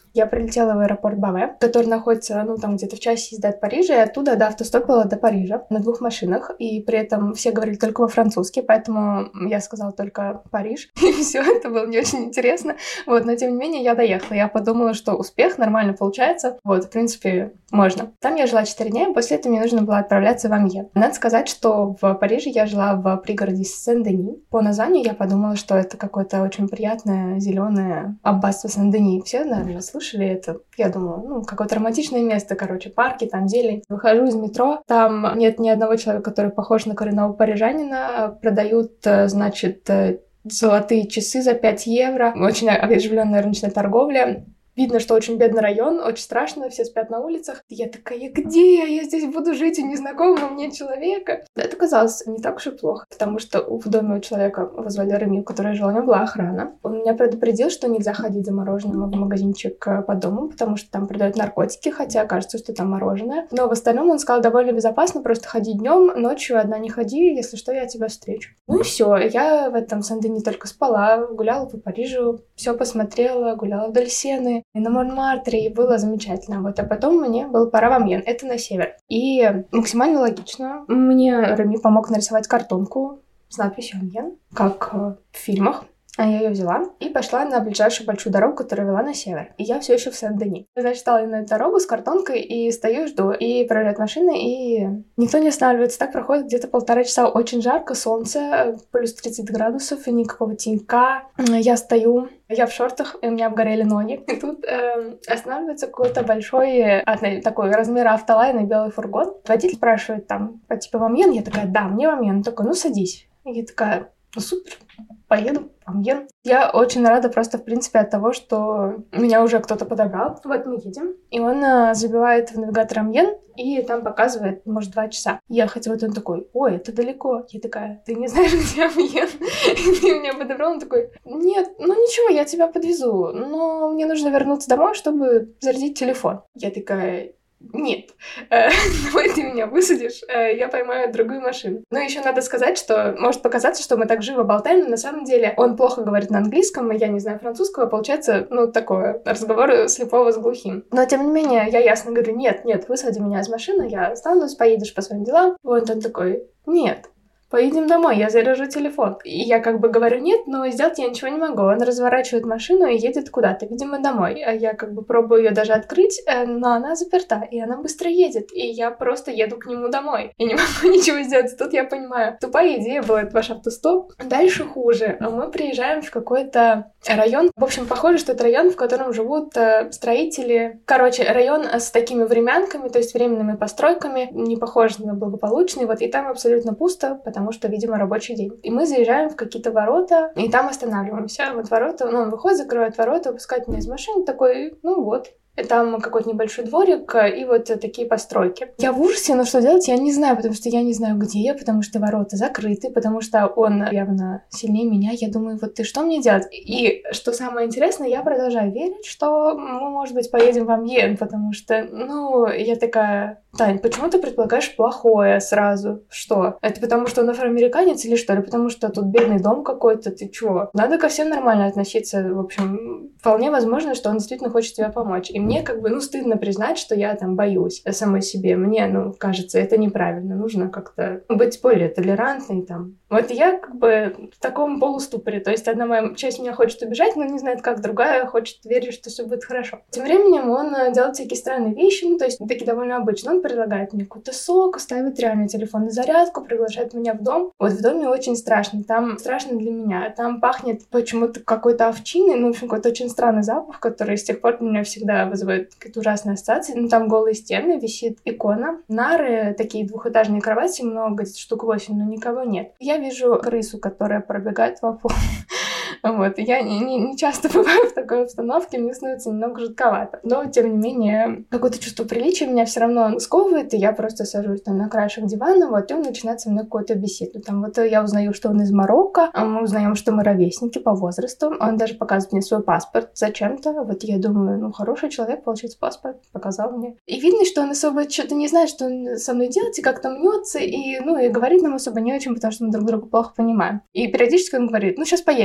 Я прилетела в аэропорт Баве, который находится, ну, там где-то в часе езды от Парижа, и оттуда до автостопила до Парижа на двух машинах, и при этом все говорили только по-французски, поэтому я сказала только Париж, и все, это было не очень интересно, вот, но тем не менее я доехала, я подумала, что успех, нормально получается, вот, в принципе, можно. Там я жила четыре дня, и после этого мне нужно было отправляться в Амьен. Надо сказать, что в Париже я жила в пригороде Сен-Дени. По названию я подумала, что это какое-то очень приятное зеленое аббатство Сен-Дени. Все, наверное, слышали это. Я думала, ну, какое-то романтичное место, короче, парки, там зелень. Выхожу из метро, там нет ни одного человека, который похож на коренного парижанина. Продают, значит, золотые часы за пять евро. Очень оживленная рыночная торговля. Видно, что очень бедный район, очень страшно, все спят на улицах. Я такая, где я здесь буду жить у незнакомого мне человека? Это казалось не так уж и плохо, потому что в доме у человека, его звали Реми, у которого я жила, у него была охрана. Он меня предупредил, что нельзя ходить за мороженым в магазинчик по дому, потому что там продают наркотики, хотя кажется, что там мороженое. Но в остальном он сказал, довольно безопасно, просто ходи днем, ночью одна не ходи, если что, я тебя встречу. Ну и все, я в этом Сен-Дени только спала, гуляла по Парижу, все посмотрела, гуляла вдоль Сены, и на Монмартре, и было замечательно. Вот, а потом мне было пора в Амьен, это на север. И максимально логично. Мне Реми помог нарисовать картонку с надписью Амьен, как в фильмах. А я ее взяла и пошла на ближайшую большую дорогу, которая вела на север. И я все еще в Сен-Дени. Значит, стала на эту дорогу с картонкой и стою, жду. И проезжают машины, и никто не останавливается. Так проходит где-то полтора часа. Очень жарко, солнце, плюс тридцать градусов, и никакого тенька. Я стою, я в шортах, и у меня обгорели ноги. И тут э, останавливается какой-то большой, а, такой размера автолайна, белый фургон. Водитель спрашивает там, по типу, в Амьен? Я такая, да, мне в Амьен. Он такой, ну садись. И я такая, ну супер, поеду в Амьен. Я очень рада просто, в принципе, от того, что меня уже кто-то подобрал. Вот мы едем, и он а, забивает в навигатор Амьен, и там показывает, может, два часа. Ехать, вот он такой, ой, это далеко. Я такая, ты не знаешь, где Амьен? И ты меня подобрал, он такой, нет, ну ничего, я тебя подвезу, но мне нужно вернуться домой, чтобы зарядить телефон. Я такая, нет, э, давай ты меня высадишь, э, я поймаю другую машину. Но еще надо сказать, что может показаться, что мы так живо болтаем, но на самом деле он плохо говорит на английском, и я не знаю французского, получается, ну, такое, разговор слепого с глухим. Но, тем не менее, я ясно говорю, нет, нет, высади меня из машины, я останусь, поедешь по своим делам. Вот он такой, нет. Поедем домой, я заряжу телефон. И я как бы говорю нет, но сделать я ничего не могу. Он разворачивает машину и едет куда-то, видимо, домой. А я как бы пробую ее даже открыть, но она заперта, и она быстро едет. И я просто еду к нему домой. И не могу ничего сделать. Тут я понимаю, тупая идея была, это ваш автостоп. Дальше хуже. Мы приезжаем в какой-то район. В общем, похоже, что это район, в котором живут строители. Короче, район с такими времянками, то есть временными постройками, не похож на благополучный. Вот, и там абсолютно пусто, потому потому что, видимо, рабочий день. И мы заезжаем в какие-то ворота, и там останавливаемся. Вот ворота, ну, он выходит, закрывает ворота, выпускает меня из машины, такой, ну вот. Там какой-то небольшой дворик и вот такие постройки. Я в ужасе, но что делать, я не знаю, потому что я не знаю, где я, потому что ворота закрыты, потому что он явно сильнее меня. Я думаю, вот ты что мне делать? И что самое интересное, я продолжаю верить, что мы, может быть, поедем в Амьен, потому что, ну, я такая... Тань, почему ты предполагаешь плохое сразу? Что? Это потому, что он афроамериканец или что? Или потому, что тут бедный дом какой-то? Ты чего? Надо ко всем нормально относиться. В общем, вполне возможно, что он действительно хочет тебе помочь. И мне как бы, ну, стыдно признать, что я там боюсь самой себе. Мне, ну, кажется, это неправильно. Нужно как-то быть более толерантной там. Вот я как бы в таком полуступоре. То есть одна моя часть меня хочет убежать, но не знает как, другая хочет верить, что все будет хорошо. Тем временем он делает всякие странные вещи, ну, то есть такие довольно обычные. Он предлагает мне какой-то сок, ставит реально телефон на зарядку, приглашает меня в дом. Вот в доме очень страшно. Там страшно для меня. Там пахнет почему-то какой-то овчиной, ну, в общем, какой-то очень странный запах, который с тех пор у меня всегда вызывает какие-то ужасные ассоциации. Ну, там голые стены, висит икона, нары, такие двухэтажные кровати, много, штук восемь, но никого нет. Я вижу крысу, которая пробегает по полу. Вот, я не, не, не часто бываю в такой обстановке, мне становится немного жутковато. Но, тем не менее, какое-то чувство приличия меня все равно сковывает, и я просто сажусь там на краешек дивана, вот, и он начинает со мной какую-то беседу. Там вот я узнаю, что он из Марокко, а мы узнаем, что мы ровесники по возрасту. Он даже показывает мне свой паспорт зачем-то. Вот я думаю, ну, хороший человек, получается, паспорт показал мне. И видно, что он особо что-то не знает, что он со мной делает, и как-то мнется, и, ну, и говорит нам особо не очень, потому что мы друг друга плохо понимаем. И периодически он говорит, ну, сейчас поедем, вот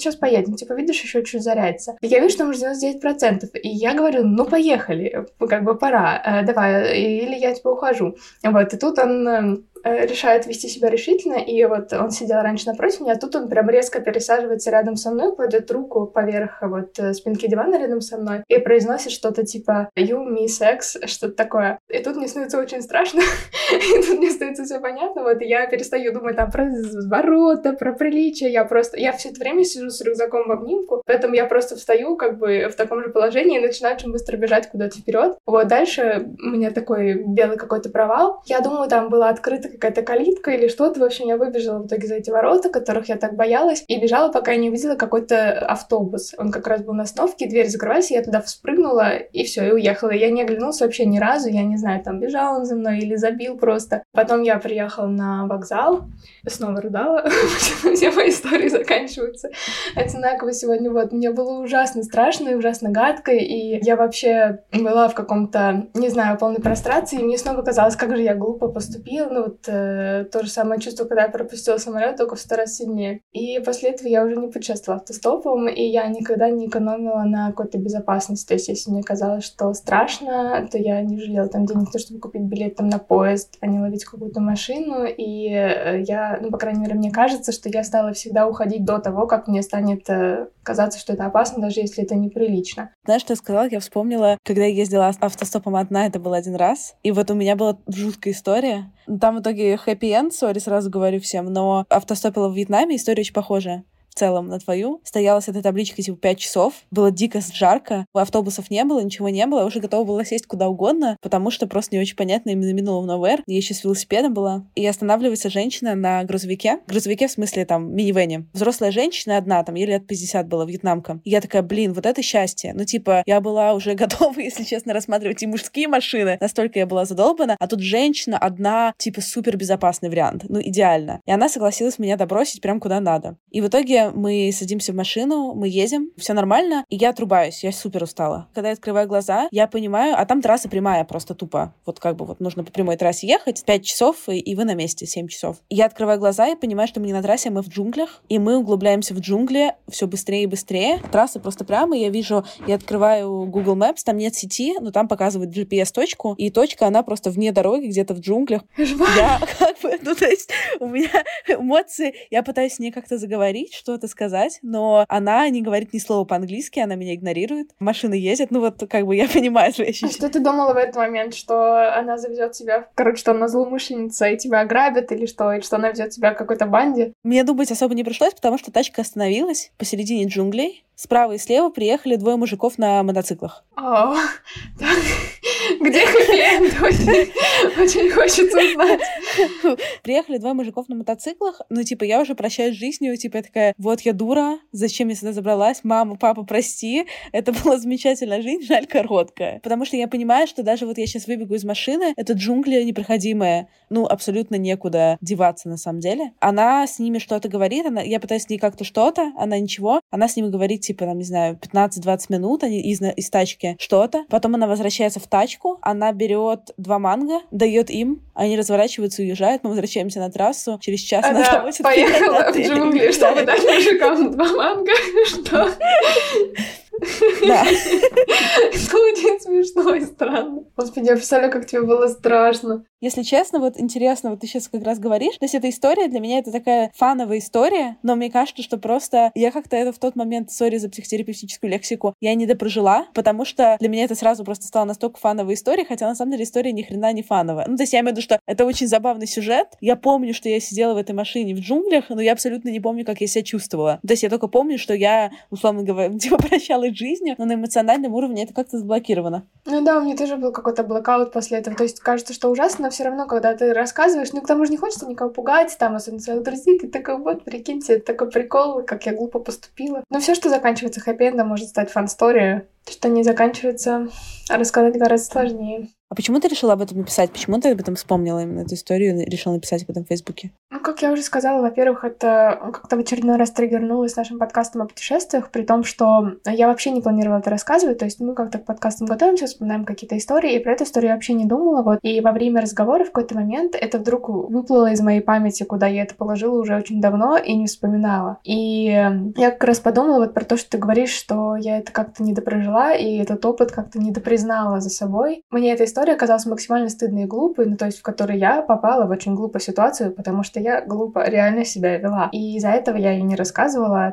сейчас поедем, типа, видишь, еще чуть зарядится. И я вижу, что там уже девяносто девять процентов. И я говорю, ну, поехали, как бы пора, э, давай, или я, типа, ухожу. Вот, и тут он э, решает вести себя решительно, и вот он сидел раньше напротив меня, а тут он прям резко пересаживается рядом со мной, кладет руку поверх вот спинки дивана рядом со мной и произносит что-то типа «you, me, sex», что-то такое. И тут мне становится очень страшно, и тут мне становится все понятно, вот, и я перестаю думать там про ворота, про приличие, я просто... Я все это время сижу с рюкзаком в обнимку, поэтому я просто встаю как бы в таком же положении и начинаю очень быстро бежать куда-то вперед. Вот, дальше у меня такой белый какой-то провал. Я думаю, там была открыта какая-то калитка или что-то. В общем, я выбежала в итоге за эти ворота, которых я так боялась, и бежала, пока я не увидела какой-то автобус. Он как раз был на остановке, дверь закрывалась, и я туда вспрыгнула, и все, и уехала. Я не оглянулась вообще ни разу, я не знаю, там бежал он за мной или забил просто. Потом я приехала на вокзал, снова рыдала, почему все мои истории заканчиваются одинаково сегодня. Вот, мне было ужасно страшно и ужасно гадко, и я вообще была в каком-то, не знаю, полной прострации, и мне снова казалось, как же я глупо поступила. Ну вот э, то же самое чувство, когда я пропустила самолет, только в сто раз сильнее. И после этого я уже не путешествовала автостопом, и я никогда не экономила на какой-то безопасности. То есть если мне казалось, что страшно, то я не жалела там денег, то, чтобы купить билет там на поезд, а не ловить какую-то машину. И э, я, ну, по крайней мере, мне кажется, что я стала всегда уходить до того, как мне станет э, казаться, что это опасно, даже если это неприлично. Знаешь, что я сказала? Я вспомнила, когда я ездила автостопом одна, это был один раз, и вот у меня была жуткая история. Там в итоге хэппи-энд, сори, сразу говорю всем, но автостопила в Вьетнаме, история очень похожая. В целом на твою. Стояла с этой табличкой типа пять часов. Было дико жарко. Автобусов не было, ничего не было. Я уже готова была сесть куда угодно, потому что просто не очень понятно именно минула в Nowhere. Я еще с велосипедом была. И останавливается женщина на грузовике. Грузовике в смысле там минивэне. Взрослая женщина одна, там ей лет пятьдесят было, вьетнамка. И я такая, блин, вот это счастье. Ну типа, я была уже готова, если честно, рассматривать и мужские машины. Настолько я была задолбана. А тут женщина одна, типа супер безопасный вариант. Ну идеально. И она согласилась меня добросить прям куда надо. И в итоге мы садимся в машину, мы едем, все нормально, и я отрубаюсь, я супер устала. Когда я открываю глаза, я понимаю, а там трасса прямая, просто тупо. Вот как бы вот нужно по прямой трассе ехать, пять часов, и, и вы на месте, семь часов. И я открываю глаза и понимаю, что мы не на трассе, а мы в джунглях, и мы углубляемся в джунгли все быстрее и быстрее. Трасса просто прямо, я вижу, я открываю Google Maps, там нет сети, но там показывает джи пи эс-точку, и точка, она просто вне дороги, где-то в джунглях. Я как бы, ну то есть у меня эмоции, я пытаюсь с ней как-то заговорить, что что-то сказать, но она не говорит ни слова по-английски, она меня игнорирует. Машины ездят, ну вот как бы я понимаю свои ощущения. А что ты думала в этот момент, что она завезет тебя, короче, что она злоумышленница и тебя ограбит или что, или что она везет тебя к какой-то банде? Мне думать особо не пришлось, потому что тачка остановилась посередине джунглей. Справа и слева приехали двое мужиков на мотоциклах. О, где хэппи-энд? Очень хочется узнать. Приехали двое мужиков на мотоциклах, ну, типа, я уже прощаюсь с жизнью, типа, я такая, вот я дура, зачем я сюда забралась, мама, папа, прости, это была замечательная жизнь, жаль, короткая. Потому что я понимаю, что даже вот я сейчас выбегу из машины, это джунгли непроходимые, ну, абсолютно некуда деваться, на самом деле. Она с ними что-то говорит, она, я пытаюсь с ней как-то что-то, она ничего, она с ними говорит, типа, там, не знаю, пятнадцать-двадцать минут они из, из тачки что-то. Потом она возвращается в тачку, она берет два манго, дает им, они разворачиваются и уезжают, мы возвращаемся на трассу, через час она доводит поехала в джунгли, чтобы дать мужикам два манго, что? Да. Это очень смешно и странно. Господи, я представляю, как тебе было страшно. Если честно, вот интересно, вот ты сейчас как раз говоришь, то есть эта история для меня это такая фановая история, но мне кажется, что просто я как-то это в тот момент, сори за психотерапевтическую лексику, я не допрожила, потому что для меня это сразу просто стало настолько фановой историей, хотя на самом деле история ни хрена не фановая. Ну, то есть я имею в виду, что это очень забавный сюжет. Я помню, что я сидела в этой машине в джунглях, но я абсолютно не помню, как я себя чувствовала. То есть я только помню, что я, условно говоря, типа прощалась с жизнью, но на эмоциональном уровне это как-то заблокировано. Ну да, у меня тоже был какой-то блокаут после этого. То есть кажется, что ужасно, но все равно, когда ты рассказываешь, ну, к тому же не хочется никого пугать, там, особенно своих друзей, ты такой, вот, прикиньте, это такой прикол, как я глупо поступила. Но все, что заканчивается хэппи-эндом, может стать фан-стори. Что не заканчивается, рассказать гораздо сложнее. А почему ты решила об этом написать? Почему ты об этом вспомнила именно эту историю и решила написать об этом в Фейсбуке? Ну, как я уже сказала, во-первых, это как-то в очередной раз триггернулось нашим подкастом о путешествиях, при том, что я вообще не планировала это рассказывать, то есть мы как-то к подкастам готовимся, вспоминаем какие-то истории, и про эту историю я вообще не думала, вот. И во время разговора в какой-то момент это вдруг выплыло из моей памяти, куда я это положила уже очень давно и не вспоминала. И я как раз подумала вот про то, что ты говоришь, что я это как-то недопрожила, и этот опыт как-то недопризнала за собой. Мне эта история оказалась максимально стыдной и глупой, ну, то есть в которой я попала в очень глупую ситуацию, потому что я глупо реально себя вела. И из-за этого я ей не рассказывала,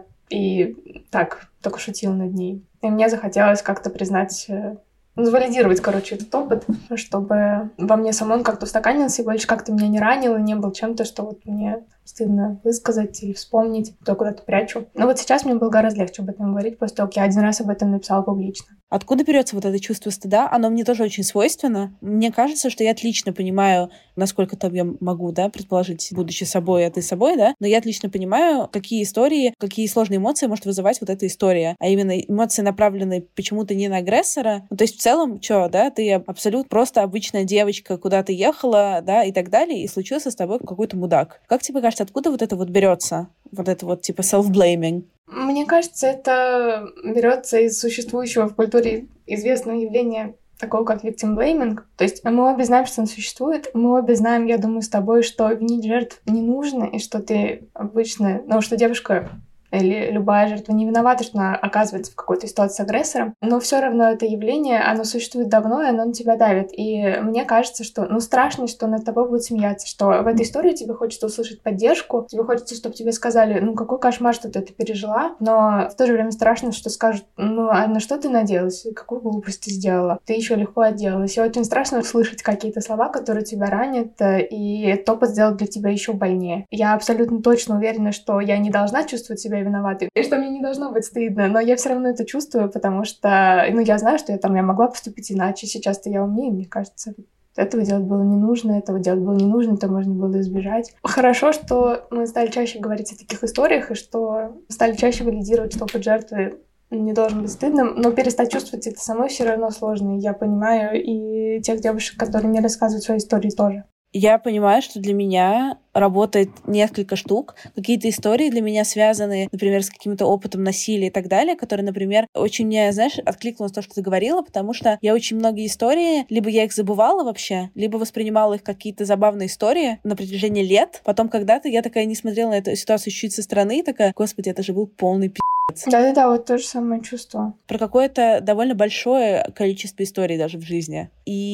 и так, только шутила над ней. И мне захотелось как-то признать, ну, завалидировать, короче, этот опыт, чтобы во мне самой он как-то устаканился и больше как-то меня не ранило, не был чем-то, что вот мне стыдно высказать или вспомнить, то куда-то прячу. Но вот сейчас мне было гораздо легче об этом говорить, после того, как я один раз об этом написала публично. Откуда берется вот это чувство стыда? Оно мне тоже очень свойственно. Мне кажется, что я отлично понимаю, насколько там я могу, да, предположить, будучи собой, а ты собой, да, но я отлично понимаю, какие истории, какие сложные эмоции может вызывать вот эта история. А именно эмоции, направленные почему-то не на агрессора. Ну, то есть в целом, что, да, ты абсолютно просто обычная девочка, куда ты ехала, да, и так далее, и случился с тобой какой-то мудак. Как тебе кажется, откуда вот это вот берется? Вот это вот типа self-blaming? Мне кажется, это берется из существующего в культуре известного явления такого, как victim blaming. То есть мы обе знаем, что он существует, мы обе знаем, я думаю, с тобой, что винить жертв не нужно, и что ты обычно, ну, что девушка или любая жертва не виновата, что она оказывается в какой-то ситуации с агрессором, но все равно это явление, оно существует давно, и оно на тебя давит. И мне кажется, что, ну, страшно, что над тобой будут смеяться, что в этой истории тебе хочется услышать поддержку, тебе хочется, чтобы тебе сказали, ну, какой кошмар, что ты это пережила, но в то же время страшно, что скажут, ну, а на что ты надеялась, какую глупость ты сделала, ты еще легко отделалась. И очень страшно услышать какие-то слова, которые тебя ранят, и этот опыт сделает для тебя еще больнее. Я абсолютно точно уверена, что я не должна чувствовать себя виноватой, и что мне не должно быть стыдно, но я все равно это чувствую, потому что, ну, я знаю, что я там, я могла поступить иначе, сейчас-то я умнее, мне кажется. Этого делать было не нужно, этого делать было не нужно, это можно было избежать. Хорошо, что мы стали чаще говорить о таких историях, и что стали чаще валидировать, что опыт жертвы не должен быть стыдным, но перестать чувствовать это самой все равно сложно, я понимаю, и тех девушек, которые мне рассказывают свои истории, тоже. Я понимаю, что для меня работает несколько штук. Какие-то истории для меня связаны, например, с каким-то опытом насилия и так далее, которые, например, очень мне, знаешь, откликнулось то, что ты говорила, потому что я очень многие истории, либо я их забывала вообще, либо воспринимала их как какие-то забавные истории на протяжении лет. Потом когда-то я такая не смотрела на эту ситуацию чуть со стороны и такая, господи, это же был полный пи***. Да-да-да, вот то же самое чувство. Про какое-то довольно большое количество историй даже в жизни.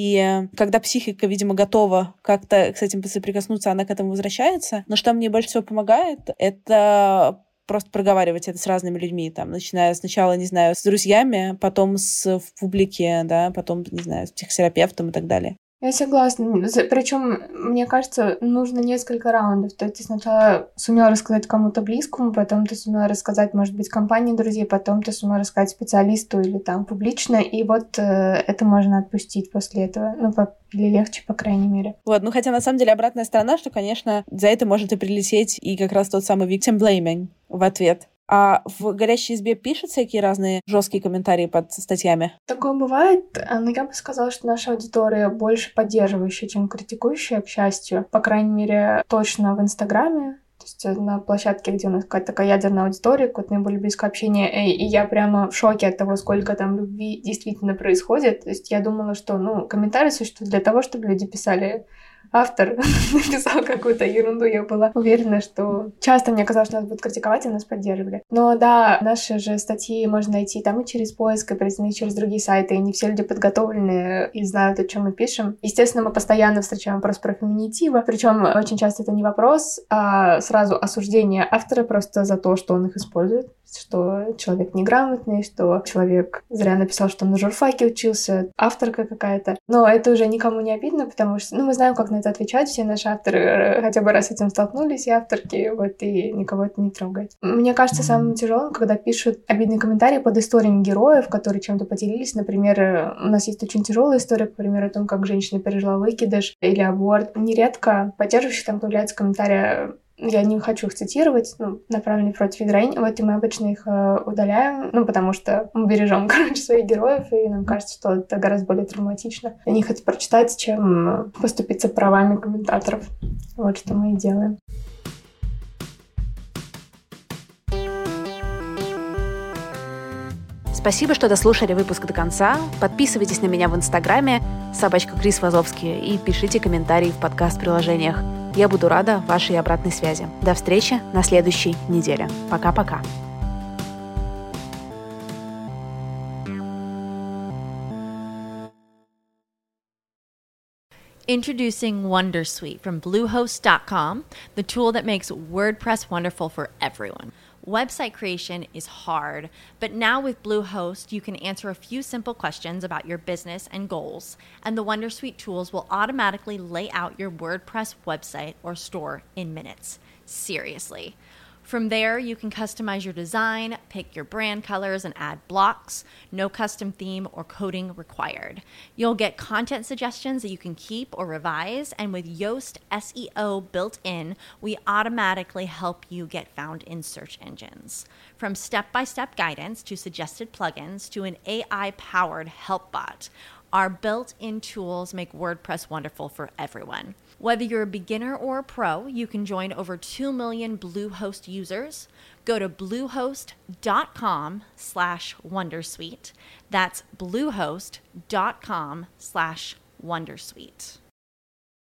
И когда психика, видимо, готова как-то с этим соприкоснуться, она к этому возвращается. Но что мне больше всего помогает, это просто проговаривать это с разными людьми, там, начиная сначала, не знаю, с друзьями, потом с, в публике, да, потом, не знаю, с психотерапевтом и так далее. Я согласна. Причем, мне кажется, нужно несколько раундов. То есть ты сначала сумела рассказать кому-то близкому, потом ты сумела рассказать, может быть, компании друзей, потом ты сумела рассказать специалисту или там публично, и вот э, это можно отпустить после этого. Ну, по, или легче, по крайней мере. Вот, ну хотя на самом деле обратная сторона, что, конечно, за это может и прилететь и как раз тот самый victim blaming в ответ. А в «Горящей избе» пишут всякие разные жесткие комментарии под статьями? Такое бывает, но я бы сказала, что наша аудитория больше поддерживающая, чем критикующая, к счастью. По крайней мере, точно в Инстаграме. То есть на площадке, где у нас какая-то такая ядерная аудитория, какое-то наиболее близкое общение, и я прямо в шоке от того, сколько там любви действительно происходит. То есть я думала, что, ну, комментарии существуют для того, чтобы люди писали. Автор написал какую-то ерунду, я была уверена, что часто мне казалось, что нас будут критиковать, и нас поддерживали. Но да, наши же статьи можно найти там и через поиск, и и через другие сайты, и не все люди подготовлены и знают, о чем мы пишем. Естественно, мы постоянно встречаем вопрос про феминитивы, причем очень часто это не вопрос, а сразу осуждение автора просто за то, что он их использует, что человек неграмотный, что человек зря написал, что он на журфаке учился, авторка какая-то. Но это уже никому не обидно, потому что, ну, мы знаем, как на это отвечать, все наши авторы хотя бы раз с этим столкнулись, и авторки, вот, и никого это не трогает. Мне кажется, самым тяжелым, когда пишут обидные комментарии под историями героев, которые чем-то поделились. Например, у нас есть очень тяжелая история, к примеру, о том, как женщина пережила выкидыш или аборт. Нередко поддерживающих там появляются комментарии: я не хочу их цитировать, ну, направленные против героинь, вот и мы обычно их э, удаляем, ну, потому что мы бережем, короче, своих героев, и нам кажется, что это гораздо более травматично для них это прочитать, чем поступиться правами комментаторов. Вот что мы и делаем. Спасибо, что дослушали выпуск до конца. Подписывайтесь на меня в Инстаграме собачка Крис Вазовский и пишите комментарии в подкаст-приложениях. Я буду рада вашей обратной связи. До встречи на следующей неделе. Пока-пока. Introducing Wondersuite from Bluehost dot com, the tool that makes WordPress wonderful for everyone. Website creation is hard, but now with Bluehost, you can answer a few simple questions about your business and goals, and the Wondersuite tools will automatically lay out your WordPress website or store in minutes. Seriously. From there, you can customize your design, pick your brand colors, and add blocks. No custom theme or coding required. You'll get content suggestions that you can keep or revise, and with Yoast S E O built in, we automatically help you get found in search engines. From step-by-step guidance to suggested plugins to an A I-powered help bot, our built-in tools make WordPress wonderful for everyone. Whether you're a beginner or a pro, you can join over two million Bluehost users. Go to bluehost.com slash wondersuite. That's bluehost.com slash wondersuite.